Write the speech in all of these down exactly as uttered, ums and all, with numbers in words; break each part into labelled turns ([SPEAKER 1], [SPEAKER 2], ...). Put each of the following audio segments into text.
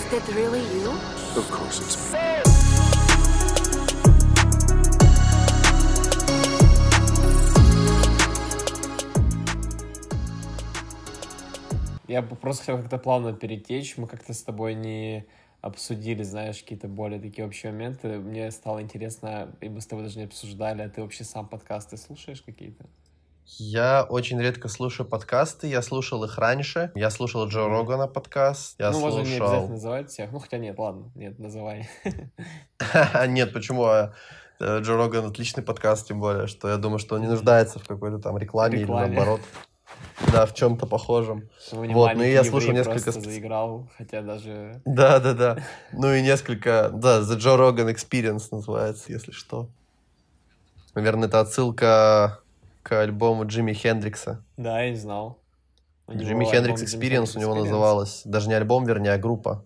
[SPEAKER 1] that really you?
[SPEAKER 2] Of course it's me.
[SPEAKER 3] Я бы просто хотел как-то плавно перетечь. Мы как-то с тобой не обсудили, знаешь, какие-то более такие общие моменты. Мне стало интересно, и мы с тобой даже не обсуждали, а ты вообще сам подкасты слушаешь какие-то?
[SPEAKER 4] Я очень редко слушаю подкасты, я слушал их раньше. Я слушал Джо Рогана подкаст, я
[SPEAKER 3] ну,
[SPEAKER 4] слушал...
[SPEAKER 3] можно не обязательно называть всех. Ну, хотя нет, ладно, нет, называй.
[SPEAKER 4] Нет, почему? А, э, Джо Роган отличный подкаст, тем более, что я думаю, что он не нуждается в какой-то там рекламе,
[SPEAKER 3] Рекламе.
[SPEAKER 4] или наоборот. Да, в чем-то похожем.
[SPEAKER 3] Сегодня
[SPEAKER 4] Вот, ну и я
[SPEAKER 3] маленький
[SPEAKER 4] слушал
[SPEAKER 3] еврей
[SPEAKER 4] несколько...
[SPEAKER 3] просто
[SPEAKER 4] специ-
[SPEAKER 3] заиграл, хотя даже...
[SPEAKER 4] Да, да, да. Ну и несколько... Да, The Joe Rogan Experience называется, если что. Наверное, это отсылка к альбому Джимми Хендрикса.
[SPEAKER 3] Да, я не знал. У него
[SPEAKER 4] Джимми
[SPEAKER 3] альбом
[SPEAKER 4] Хендрикс
[SPEAKER 3] Jimi
[SPEAKER 4] Experience
[SPEAKER 3] Hendrix
[SPEAKER 4] у него
[SPEAKER 3] Experience.
[SPEAKER 4] называлась. Даже не альбом, вернее, а группа.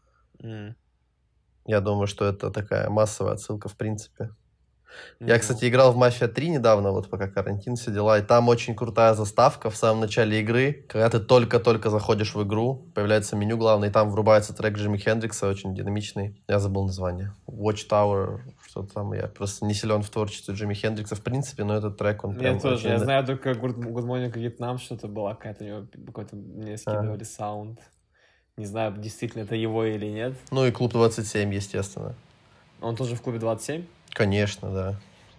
[SPEAKER 3] М.
[SPEAKER 4] Я думаю, что это такая массовая отсылка, в принципе. Я,
[SPEAKER 3] Ну,
[SPEAKER 4] кстати, играл в Мафия три недавно, вот пока карантин, все дела, и там очень крутая заставка в самом начале игры. Когда ты только-только заходишь в игру, появляется меню главное, и там врубается трек Джимми Хендрикса, очень динамичный. Я забыл название. Watchtower, что-то там. Я просто не силен в творчестве Джимми Хендрикса, в принципе, но этот трек, он прям
[SPEAKER 3] я тоже,
[SPEAKER 4] очень...
[SPEAKER 3] я знаю только Good Good Morning Vietnam, что-то была какая-то у него, какой-то мне скидывали саунд. Не знаю, действительно это его или нет.
[SPEAKER 4] Ну и Клуб двадцать семь, естественно.
[SPEAKER 3] Он тоже в клубе двадцать семь?
[SPEAKER 4] Конечно, да.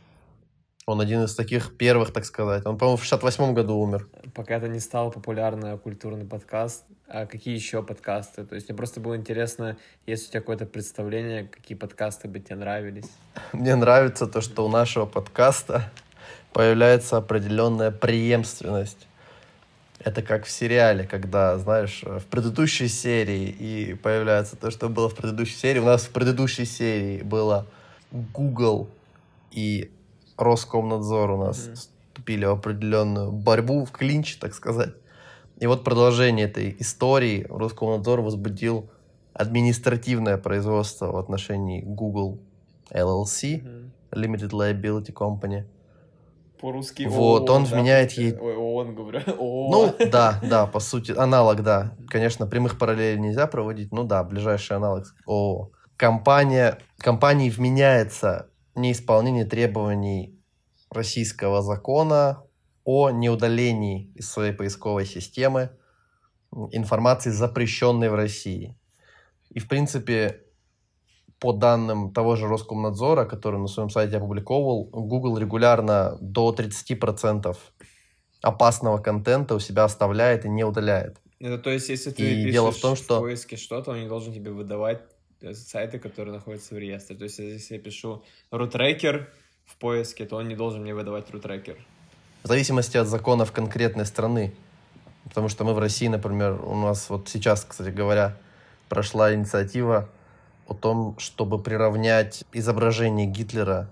[SPEAKER 4] Он один из таких первых, так сказать. Он, по-моему, в шестьдесят восьмом году умер.
[SPEAKER 3] Пока это не стал популярный культурный подкаст, а какие еще подкасты? То есть мне просто было интересно, есть у тебя какое-то представление, какие подкасты бы тебе нравились?
[SPEAKER 4] Мне нравится то, что у нашего подкаста появляется определенная преемственность. Это как в сериале, когда, знаешь, в предыдущей серии и появляется то, что было в предыдущей серии. У нас в предыдущей серии было Google и Роскомнадзор у нас
[SPEAKER 3] Мгм.
[SPEAKER 4] вступили в определенную борьбу, в клинч, так сказать. И вот продолжение этой истории. Роскомнадзор возбудил административное производство в отношении Google эл эл си,
[SPEAKER 3] Мгм.
[SPEAKER 4] Limited Liability Company.
[SPEAKER 3] По-русски
[SPEAKER 4] Вот, он
[SPEAKER 3] ООН, да,
[SPEAKER 4] вменяет
[SPEAKER 3] просто?
[SPEAKER 4] ей-
[SPEAKER 3] Ой, ООН, говорю. ООН.
[SPEAKER 4] Ну, да, да, по сути, аналог, да. Конечно, прямых параллелей нельзя проводить, ну да, ближайший аналог ООО. Компания, компании вменяется неисполнение требований российского закона о неудалении из своей поисковой системы информации, запрещенной в России. И, в принципе, по данным того же Роскомнадзора, который на своем сайте опубликовал, Google регулярно до тридцать процентов опасного контента у себя оставляет и не удаляет.
[SPEAKER 3] Это то есть, если ты
[SPEAKER 4] И
[SPEAKER 3] пишешь
[SPEAKER 4] дело в том, что-
[SPEAKER 3] в поиске что-то, он не должен тебе выдавать э, сайты, которые находятся в реестре. То есть, если я пишу рутрекер в поиске, то он не должен мне выдавать рутрекер.
[SPEAKER 4] В зависимости от законов конкретной страны. Потому что мы в России, например, у нас вот сейчас, кстати говоря, прошла инициатива о том, чтобы приравнять изображение Гитлера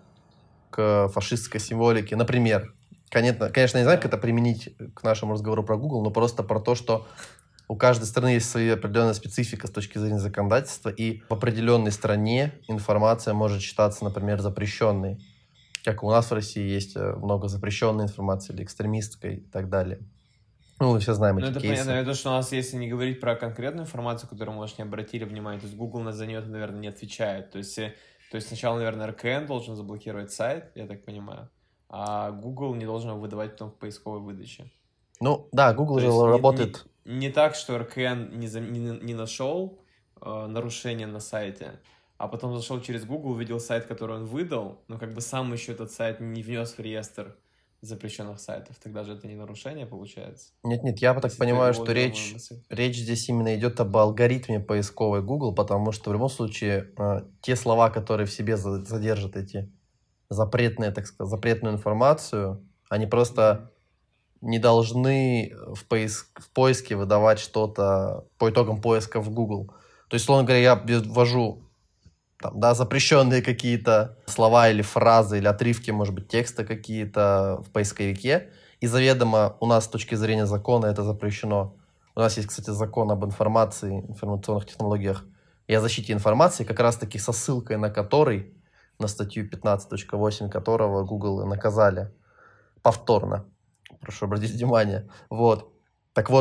[SPEAKER 4] к фашистской символике. Например, конечно, конечно, не знаю, как это применить к нашему разговору про Google, но просто про то, что у каждой страны есть своя определенная специфика с точки зрения законодательства, и в определенной стране информация может считаться, например, запрещенной. Как у нас в России есть э, много запрещенной информации или экстремистской и так далее. Ну, мы все знаем
[SPEAKER 3] Ну,
[SPEAKER 4] эти
[SPEAKER 3] это
[SPEAKER 4] кейсы.
[SPEAKER 3] понятно, это что у нас, если не говорить про конкретную информацию, которую, может, не обратили внимание, то есть Google на- за нее, наверное, не отвечает. То есть, э, то есть сначала, наверное, эр ка эн должен заблокировать сайт, я так понимаю, а Google не должен его выдавать потом в поисковой выдаче.
[SPEAKER 4] Ну, да, Google
[SPEAKER 3] То
[SPEAKER 4] же
[SPEAKER 3] есть не-
[SPEAKER 4] работает...
[SPEAKER 3] Не, не так, что эр ка эн не, за- не, не нашел э, нарушение на сайте, а потом зашел через Google, увидел сайт, который он выдал, но как бы сам еще этот сайт не внес в реестр запрещенных сайтов. Тогда же это не нарушение получается.
[SPEAKER 4] Нет-нет, я так
[SPEAKER 3] Если ты
[SPEAKER 4] понимаю,
[SPEAKER 3] его
[SPEAKER 4] что
[SPEAKER 3] ввел,
[SPEAKER 4] речь,
[SPEAKER 3] мысль.
[SPEAKER 4] речь здесь именно идет об алгоритме поисковой Google, потому что в любом случае э, те слова, которые в себе за- содержат эти запретные, так сказать, запретную информацию, они просто не должны в, поиск, в поиске выдавать что-то по итогам поиска в Google. То есть, условно говоря, я ввожу там, да, запрещенные какие-то слова или фразы, или отрывки, может быть, текста какие-то в поисковике, и заведомо у нас с точки зрения закона это запрещено. У нас есть, кстати, закон об информации, информационных технологиях и о защите информации, как раз-таки со ссылкой на который, на статью пятнадцать точка восемь которого Google наказали повторно. Прошу обратить внимание. Вот. Так вот,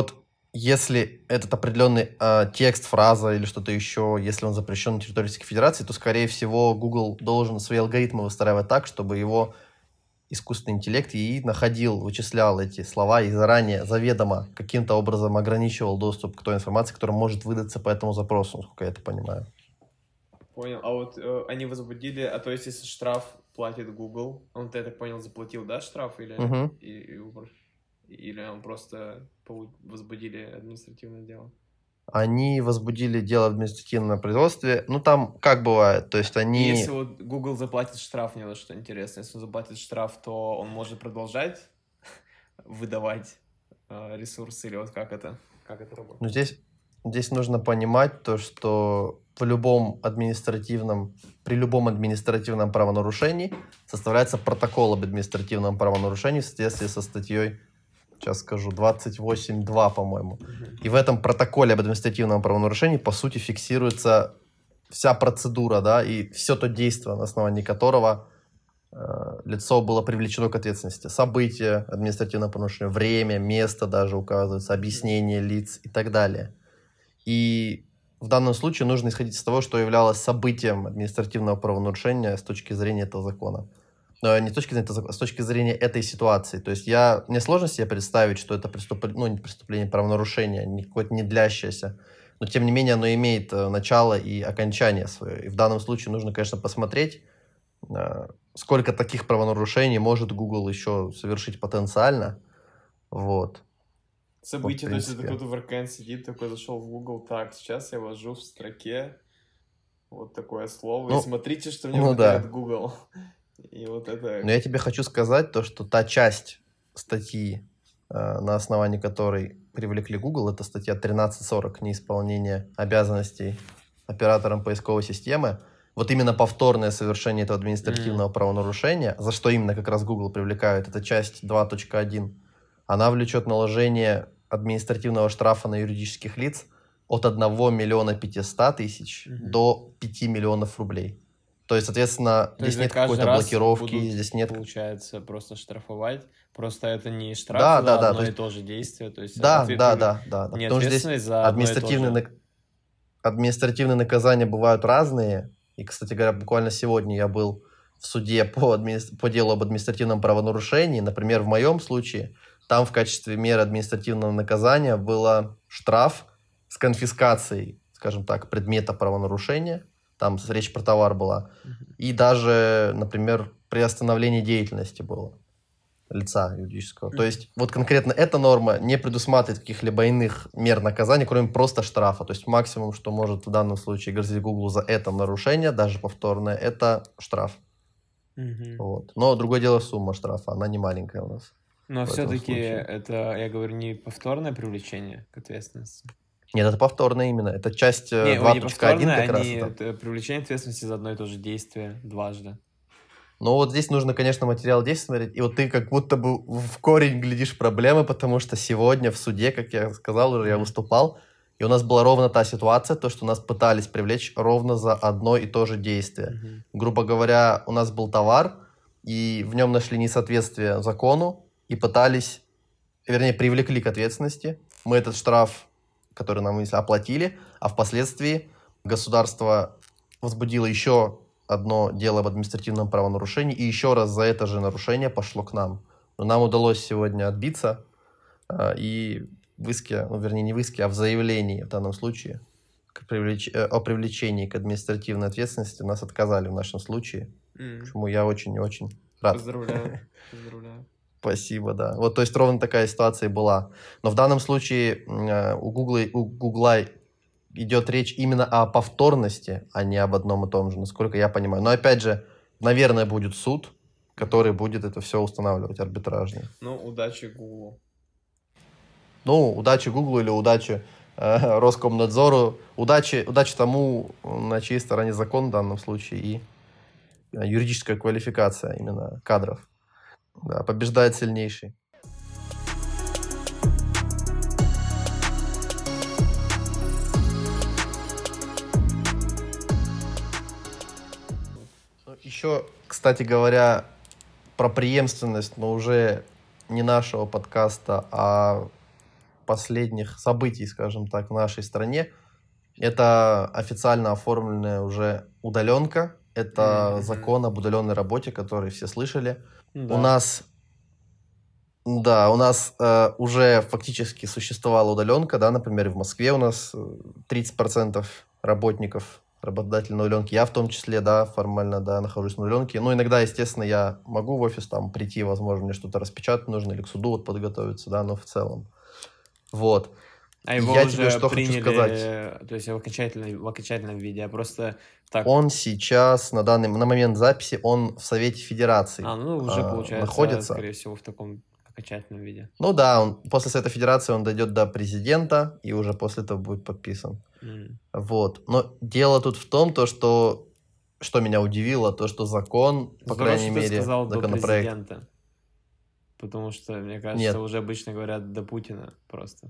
[SPEAKER 4] если этот определенный э, текст, фраза или что-то еще, если он запрещен на территории Российской Федерации, то, скорее всего, Google должен свои алгоритмы выстраивать так, чтобы его искусственный интеллект и находил, вычислял эти слова и заранее заведомо каким-то образом ограничивал доступ к той информации, которая может выдаться по этому запросу, насколько я это понимаю.
[SPEAKER 3] Понял. А вот э, они возбудили, а то есть если штраф платит Google, он, я так понял, заплатил, да, штраф? Или,
[SPEAKER 4] Угу.
[SPEAKER 3] и, и, или он просто возбудили административное дело?
[SPEAKER 4] Они возбудили дело в административном производстве. Ну, там как бывает, то есть они...
[SPEAKER 3] И если вот Google заплатит штраф, мне вот что интересно, если он заплатит штраф, то он может продолжать выдавать э, ресурсы, или вот как это, как это работает?
[SPEAKER 4] Ну, здесь, здесь нужно понимать то, что в любом административном, при любом административном правонарушении составляется протокол об административном правонарушении в соответствии со статьей, сейчас скажу, двадцать восемь точка два, по-моему. И в этом протоколе об административном правонарушении, по сути, фиксируется вся процедура, да, и все то действие, на основании которого э, лицо было привлечено к ответственности. События административного правонарушения, время, место даже указывается, объяснение лиц и так далее. И в данном случае нужно исходить из того, что являлось событием административного правонарушения с точки зрения этого закона. Но не с точки зрения, а с точки зрения этой ситуации. То есть я, мне сложно себе представить, что это преступление, ну, не преступление, правонарушение, не какое-то не длящееся. Но, тем не менее, оно имеет начало и окончание свое. И в данном случае нужно, конечно, посмотреть, сколько таких правонарушений может Google еще совершить потенциально. Вот.
[SPEAKER 3] Событие, вот, то есть это кто-то в эр сидит, такой зашел в Google, так, сейчас я ввожу в строке вот такое слово, ну, и смотрите, что мне
[SPEAKER 4] ну,
[SPEAKER 3] выдает
[SPEAKER 4] да.
[SPEAKER 3] Google. И вот это...
[SPEAKER 4] Но я тебе хочу сказать то, что та часть статьи, на основании которой привлекли Google, это статья тринадцать сорок, неисполнение обязанностей оператором поисковой системы. Вот именно повторное совершение этого административного mm. правонарушения, за что именно как раз Google привлекают, это часть два точка один, она влечет наложение административного штрафа на юридических лиц от одного миллиона пятисот тысяч mm-hmm. до пяти миллионов рублей. То есть, соответственно,
[SPEAKER 3] То
[SPEAKER 4] здесь
[SPEAKER 3] есть
[SPEAKER 4] нет какой-то блокировки,
[SPEAKER 3] будут,
[SPEAKER 4] здесь нет...
[SPEAKER 3] получается, просто штрафовать. Просто это не штраф
[SPEAKER 4] да,
[SPEAKER 3] за
[SPEAKER 4] да, да,
[SPEAKER 3] одно
[SPEAKER 4] то
[SPEAKER 3] и
[SPEAKER 4] есть...
[SPEAKER 3] то же действие. То есть
[SPEAKER 4] да,
[SPEAKER 3] ответ...
[SPEAKER 4] да, да, да, да.
[SPEAKER 3] Не
[SPEAKER 4] Потому что здесь
[SPEAKER 3] за
[SPEAKER 4] административные,
[SPEAKER 3] одно и то же.
[SPEAKER 4] административные наказания бывают разные. И, кстати говоря, буквально сегодня я был в суде по, адми... по делу об административном правонарушении. Например, в моем случае, там в качестве меры административного наказания был штраф с конфискацией, скажем так, предмета правонарушения. Там речь про товар была. Uh-huh. И даже, например, приостановление деятельности было лица юридического. Uh-huh. То есть вот конкретно эта норма не предусматривает каких-либо иных мер наказания, кроме просто штрафа. То есть максимум, что может в данном случае грозить Google за это нарушение, даже повторное, это штраф. Uh-huh. Вот. Но другое дело сумма штрафа, она не маленькая у нас.
[SPEAKER 3] Но все-таки это, я говорю, не повторное привлечение к ответственности.
[SPEAKER 4] Нет, это повторное именно. Это часть два точка один как раз.
[SPEAKER 3] Это привлечение ответственности за одно и то же действие дважды.
[SPEAKER 4] Ну вот здесь нужно, конечно, материал действия смотреть. И вот ты как будто бы в корень глядишь проблемы, потому что сегодня в суде, как я сказал уже, я выступал, и у нас была ровно та ситуация, то, что нас пытались привлечь ровно за одно и то же действие. Uh-huh. Грубо говоря, у нас был товар, и в нем нашли несоответствие закону, и пытались, вернее, привлекли к ответственности. Мы этот штраф, который нам оплатили, а впоследствии государство возбудило еще одно дело об административном правонарушении, и еще раз за это же нарушение пошло к нам. Но нам удалось сегодня отбиться, и в иске, ну, вернее, не в иске, а в заявлении в данном случае к привлеч... о привлечении к административной ответственности нас отказали в нашем случае, mm. чему я очень и очень рад.
[SPEAKER 3] Поздравляю. Поздравляю.
[SPEAKER 4] Спасибо, да. Вот, то есть ровно такая ситуация и была. Но в данном случае у Гугла, у Гугла идет речь именно о повторности, а не об одном и том же, насколько я понимаю. Но опять же, наверное, будет суд, который будет это все устанавливать, арбитражный.
[SPEAKER 3] Ну, удачи Гуглу.
[SPEAKER 4] Ну, удачи Гуглу или удачи э, Роскомнадзору. Удачи, удачи тому, на чьей стороне закон в данном случае и э, юридическая квалификация именно кадров. Да, побеждает сильнейший. Еще, кстати говоря, про преемственность, но уже не нашего подкаста, а последних событий, скажем так, в нашей стране. Это официально оформленная уже удаленка. Это
[SPEAKER 3] Мгм.
[SPEAKER 4] закон об удаленной работе, который все слышали.
[SPEAKER 3] Ну
[SPEAKER 4] У
[SPEAKER 3] да.
[SPEAKER 4] нас, да, у нас э, уже фактически существовала удаленка, да, например, в Москве у нас э, тридцать процентов работников, работодателей на удаленке. Я в том числе, да, формально, да, нахожусь на удаленке. Ну, иногда, естественно, я могу в офис там прийти, возможно, мне что-то распечатать нужно или к суду вот подготовиться, да, но в целом. Вот.
[SPEAKER 3] А
[SPEAKER 4] И
[SPEAKER 3] его
[SPEAKER 4] я тебе
[SPEAKER 3] уже
[SPEAKER 4] что хочу сказать.
[SPEAKER 3] приняли, то есть в окончательном, в окончательном виде, а просто так...
[SPEAKER 4] Он сейчас, на данный на момент записи, он в Совете Федерации
[SPEAKER 3] А, ну уже
[SPEAKER 4] э,
[SPEAKER 3] получается,
[SPEAKER 4] находится.
[SPEAKER 3] скорее всего, в таком окончательном виде.
[SPEAKER 4] Ну да, он, после Совета Федерации он дойдет до президента, и уже после этого будет подписан.
[SPEAKER 3] М.
[SPEAKER 4] Вот. Но дело тут в том, то, что, что меня удивило, то, что закон, по
[SPEAKER 3] Здорово,
[SPEAKER 4] крайней
[SPEAKER 3] что ты
[SPEAKER 4] мере,
[SPEAKER 3] сказал до
[SPEAKER 4] законопроект...
[SPEAKER 3] президента. Потому что, мне кажется,
[SPEAKER 4] Нет,
[SPEAKER 3] уже обычно говорят до Путина просто.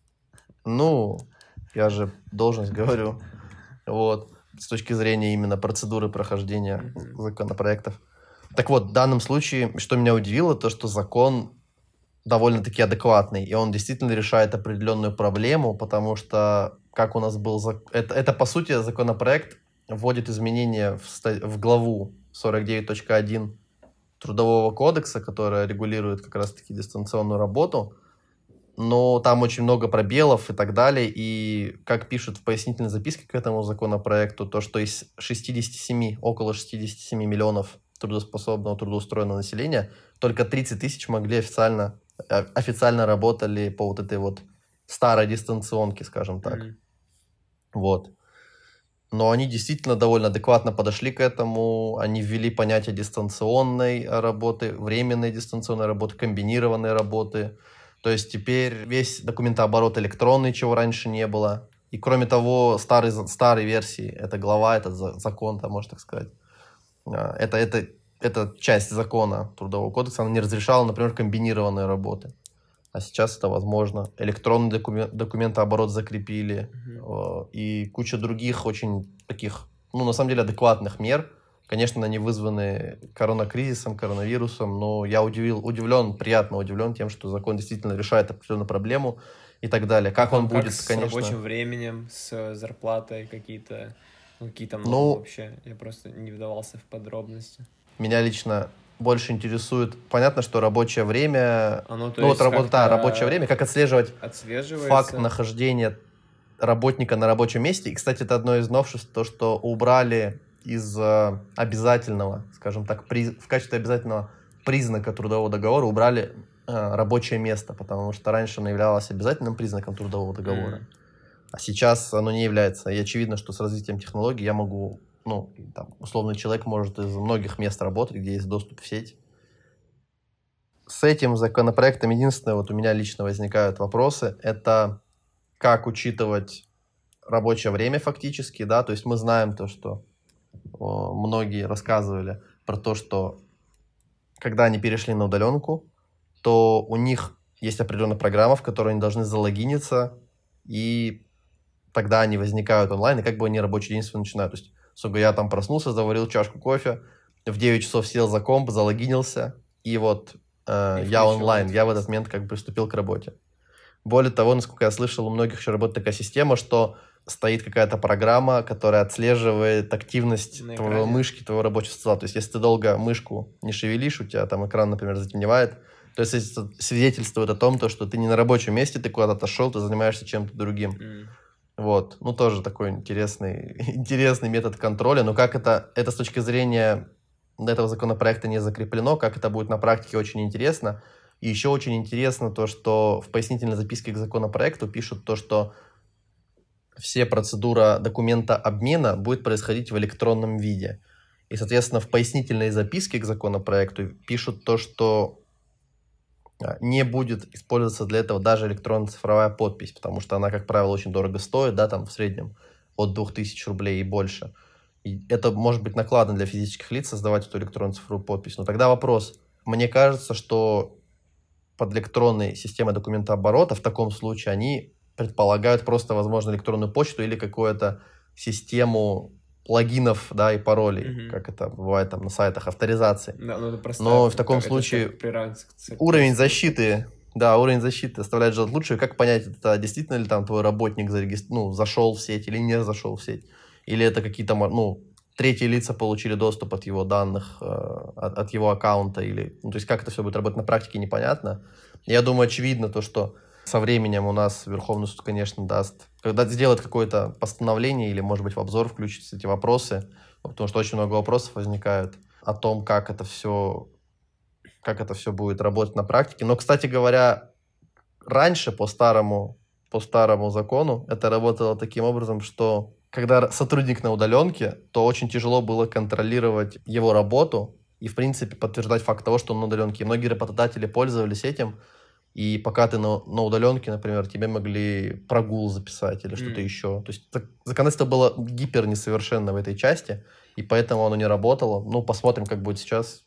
[SPEAKER 4] ну, я же должность говорю. Вот. С точки зрения именно процедуры прохождения
[SPEAKER 3] Мгм.
[SPEAKER 4] законопроектов. Так вот, в данном случае, что меня удивило, то, что закон довольно-таки адекватный, и он действительно решает определенную проблему, потому что, как у нас был... зак- Это, это по сути, законопроект вводит изменения в, ста- в главу сорок девять точка один Трудового кодекса, которая регулирует как раз-таки дистанционную работу, но там очень много пробелов и так далее, и, как пишут в пояснительной записке к этому законопроекту, то, что из шестидесяти семи, около шестидесяти семи миллионов трудоспособного, трудоустроенного населения, только тридцать тысяч могли официально, э, официально работали по вот этой вот старой дистанционке, скажем так.
[SPEAKER 3] Мгм.
[SPEAKER 4] Вот. Но они действительно довольно адекватно подошли к этому. Они ввели понятие дистанционной работы, временной дистанционной работы, комбинированной работы. То есть теперь весь документооборот электронный, чего раньше не было. И кроме того, старой, старой версии, эта глава, этот за- закон, там, можно так сказать, а, это, это, это часть закона Трудового кодекса, она не разрешала, например, комбинированные работы. А сейчас это возможно. Электронный документ, документооборот закрепили.
[SPEAKER 3] Мгм.
[SPEAKER 4] э, И куча других очень таких, ну, на самом деле, адекватных мер. Конечно, они вызваны коронакризисом, коронавирусом, но я удивил, удивлен, приятно удивлен тем, что закон действительно решает определенную проблему и так далее. Как
[SPEAKER 3] Там
[SPEAKER 4] он
[SPEAKER 3] как
[SPEAKER 4] будет,
[SPEAKER 3] с
[SPEAKER 4] конечно...
[SPEAKER 3] рабочим временем, с зарплатой какие-то, ну, какие там нормы
[SPEAKER 4] Ну,
[SPEAKER 3] вообще. Я просто не вдавался в подробности.
[SPEAKER 4] меня лично больше интересует, понятно, что рабочее время,
[SPEAKER 3] Оно, то
[SPEAKER 4] ну вот
[SPEAKER 3] есть,
[SPEAKER 4] работа, да, рабочее время,
[SPEAKER 3] как-то
[SPEAKER 4] как отслеживать факт
[SPEAKER 3] отслеживается.
[SPEAKER 4] нахождения работника на рабочем месте. И, кстати, это одно из новшеств, то, что убрали из э, обязательного, скажем так, при, в качестве обязательного признака трудового договора убрали э, рабочее место, потому что раньше оно являлось обязательным признаком трудового договора.
[SPEAKER 3] М.
[SPEAKER 4] А сейчас оно не является. И очевидно, что с развитием технологий я могу, ну, там, условный человек может из многих мест работать, где есть доступ в сеть. С этим законопроектом единственное, вот у меня лично возникают вопросы, это как учитывать рабочее время фактически, да, то есть мы знаем то, что о, многие рассказывали про то, что когда они перешли на удаленку, то у них есть определенная программа, в которой они должны залогиниться, и тогда они возникают онлайн, и как бы они рабочий день свой начинают. То есть, сука, я там проснулся, заварил чашку кофе, в девять часов сел за комп, залогинился, и вот э,
[SPEAKER 3] И
[SPEAKER 4] я
[SPEAKER 3] включил
[SPEAKER 4] онлайн, я в этот
[SPEAKER 3] Netflix.
[SPEAKER 4] момент как бы приступил к работе. Более того, насколько я слышал, у многих еще работает такая система, что стоит какая-то программа, которая отслеживает активность
[SPEAKER 3] На
[SPEAKER 4] твоего
[SPEAKER 3] экране?
[SPEAKER 4] мышки, твоего рабочего стола. То есть, если ты долго мышку не шевелишь, у тебя там экран, например, затемневает, то есть это свидетельствует о том, то, что ты не на рабочем месте, ты куда-то отошел, ты занимаешься чем-то другим.
[SPEAKER 3] М.
[SPEAKER 4] Вот. Ну, тоже такой интересный, интересный метод контроля. Но как это, это с точки зрения этого законопроекта не закреплено, как это будет на практике, очень интересно. И еще очень интересно то, что в пояснительной записке к законопроекту пишут то, что все процедура документа обмена будет происходить в электронном виде. И, соответственно, в пояснительной записке к законопроекту пишут то, что а, не будет использоваться для этого даже электронная цифровая подпись, потому что она, как правило, очень дорого стоит, да, там в среднем от двух тысяч рублей и больше. И это может быть накладно для физических лиц создавать эту электронную цифровую подпись. Но тогда вопрос. Мне кажется, что под электронной системой документооборота в таком случае они предполагают просто, возможно, электронную почту или какую-то систему плагинов, да, и паролей,
[SPEAKER 3] Мгм.
[SPEAKER 4] как это бывает там на сайтах авторизации.
[SPEAKER 3] Да, ну это просто
[SPEAKER 4] Но в таком
[SPEAKER 3] это
[SPEAKER 4] случае
[SPEAKER 3] как приравнивается к ц-
[SPEAKER 4] уровень
[SPEAKER 3] к-
[SPEAKER 4] защиты Да, уровень защиты оставляет желать лучшего. Как понять, это действительно ли там твой работник зарегистр... ну, зашел в сеть или не зашел в сеть? Или это какие-то, ну, третьи лица получили доступ от его данных, э, от, от его аккаунта? Или... Ну, то есть как это все будет работать на практике, непонятно. Я думаю, очевидно то, что со временем у нас Верховный суд, конечно, даст... Когда сделает какое-то постановление или, может быть, в обзор включатся эти вопросы, потому что очень много вопросов возникают о том, как это все... как это все будет работать на практике. Но, кстати говоря, раньше по старому, по старому закону это работало таким образом, что когда сотрудник на удаленке, то очень тяжело было контролировать его работу и, в принципе, подтверждать факт того, что он на удаленке. И многие работодатели пользовались этим, и пока ты на, на удаленке, например, тебе могли прогул записать или что-то mm. еще. То есть законодательство было гипер несовершенно в этой части, и поэтому оно не работало. Ну, посмотрим, как будет сейчас.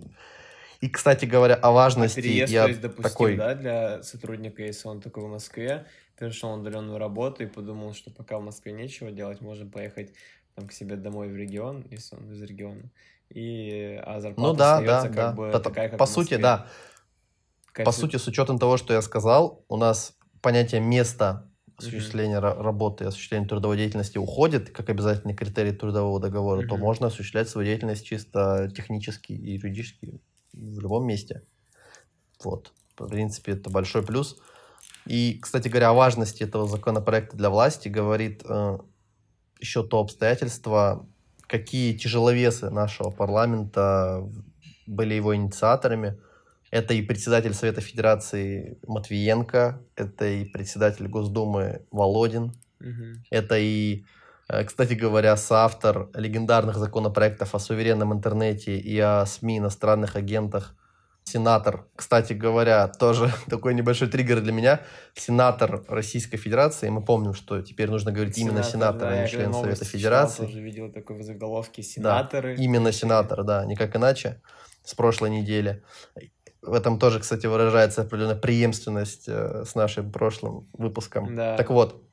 [SPEAKER 4] И, кстати говоря, о важности... А
[SPEAKER 3] переезд,
[SPEAKER 4] я
[SPEAKER 3] то есть, допустим,
[SPEAKER 4] такой...
[SPEAKER 3] да, для сотрудника, если он такой в Москве, перешел на удаленную работу и подумал, что пока в Москве нечего делать, можем поехать там, к себе домой в регион, если он из региона, и, а зарплата
[SPEAKER 4] ну, да,
[SPEAKER 3] остается
[SPEAKER 4] да,
[SPEAKER 3] как
[SPEAKER 4] да.
[SPEAKER 3] бы
[SPEAKER 4] По,
[SPEAKER 3] такая, как
[SPEAKER 4] по
[SPEAKER 3] в
[SPEAKER 4] сути,
[SPEAKER 3] Москве.
[SPEAKER 4] да.
[SPEAKER 3] Какая
[SPEAKER 4] по
[SPEAKER 3] суть?
[SPEAKER 4] сути, с учетом того, что я сказал, у нас понятие места осуществления mm-hmm. работы, осуществления трудовой деятельности уходит, как обязательный критерий трудового договора, mm-hmm. то можно осуществлять свою деятельность чисто технически и юридически в любом месте. Вот. В принципе, это большой плюс. И, кстати говоря, о важности этого законопроекта для власти говорит э, еще то обстоятельство, какие тяжеловесы нашего парламента были его инициаторами. Это и председатель Совета Федерации Матвиенко, это и председатель Госдумы Володин,
[SPEAKER 3] mm-hmm.
[SPEAKER 4] это и, кстати говоря, соавтор легендарных законопроектов о суверенном интернете и о СМИ, иностранных агентах, сенатор, кстати говоря, тоже такой небольшой триггер для меня, сенатор Российской Федерации. Мы помним, что теперь нужно говорить сенатор, именно сенатор, да, а не член Совета Федерации.
[SPEAKER 3] Я тоже видел такой в заголовке сенаторы.
[SPEAKER 4] Да, именно сенатор, да, никак иначе, с прошлой недели. В этом тоже, кстати, выражается определенная преемственность э, с нашим прошлым выпуском.
[SPEAKER 3] Да.
[SPEAKER 4] Так вот,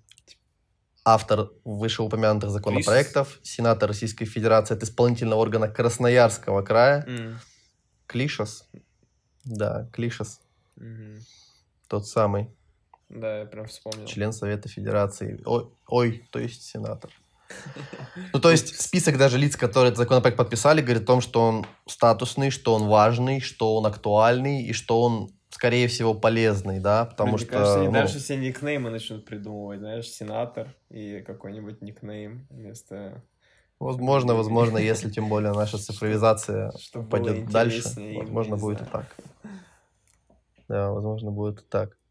[SPEAKER 4] автор вышеупомянутых законопроектов, Клишес. Сенатор Российской Федерации от исполнительного органа Красноярского края,
[SPEAKER 3] mm.
[SPEAKER 4] Клишес. Да, Клишес.
[SPEAKER 3] Mm-hmm.
[SPEAKER 4] Тот самый.
[SPEAKER 3] Да, я прям вспомнил.
[SPEAKER 4] Член Совета Федерации. Ой, ой, то есть сенатор. Ну, то есть список даже лиц, которые этот законопроект подписали, говорит о том, что он статусный, что он важный, что он актуальный и что он, скорее всего, полезный, да, потому
[SPEAKER 3] Мне
[SPEAKER 4] что...
[SPEAKER 3] кажется, они
[SPEAKER 4] ну,
[SPEAKER 3] дальше все никнеймы начнут придумывать, знаешь, сенатор и какой-нибудь никнейм вместо...
[SPEAKER 4] Возможно, возможно, если тем более наша цифровизация
[SPEAKER 3] Чтобы
[SPEAKER 4] пойдет дальше,
[SPEAKER 3] им,
[SPEAKER 4] возможно, будет
[SPEAKER 3] знаю.
[SPEAKER 4] и так. Да, возможно, будет и так.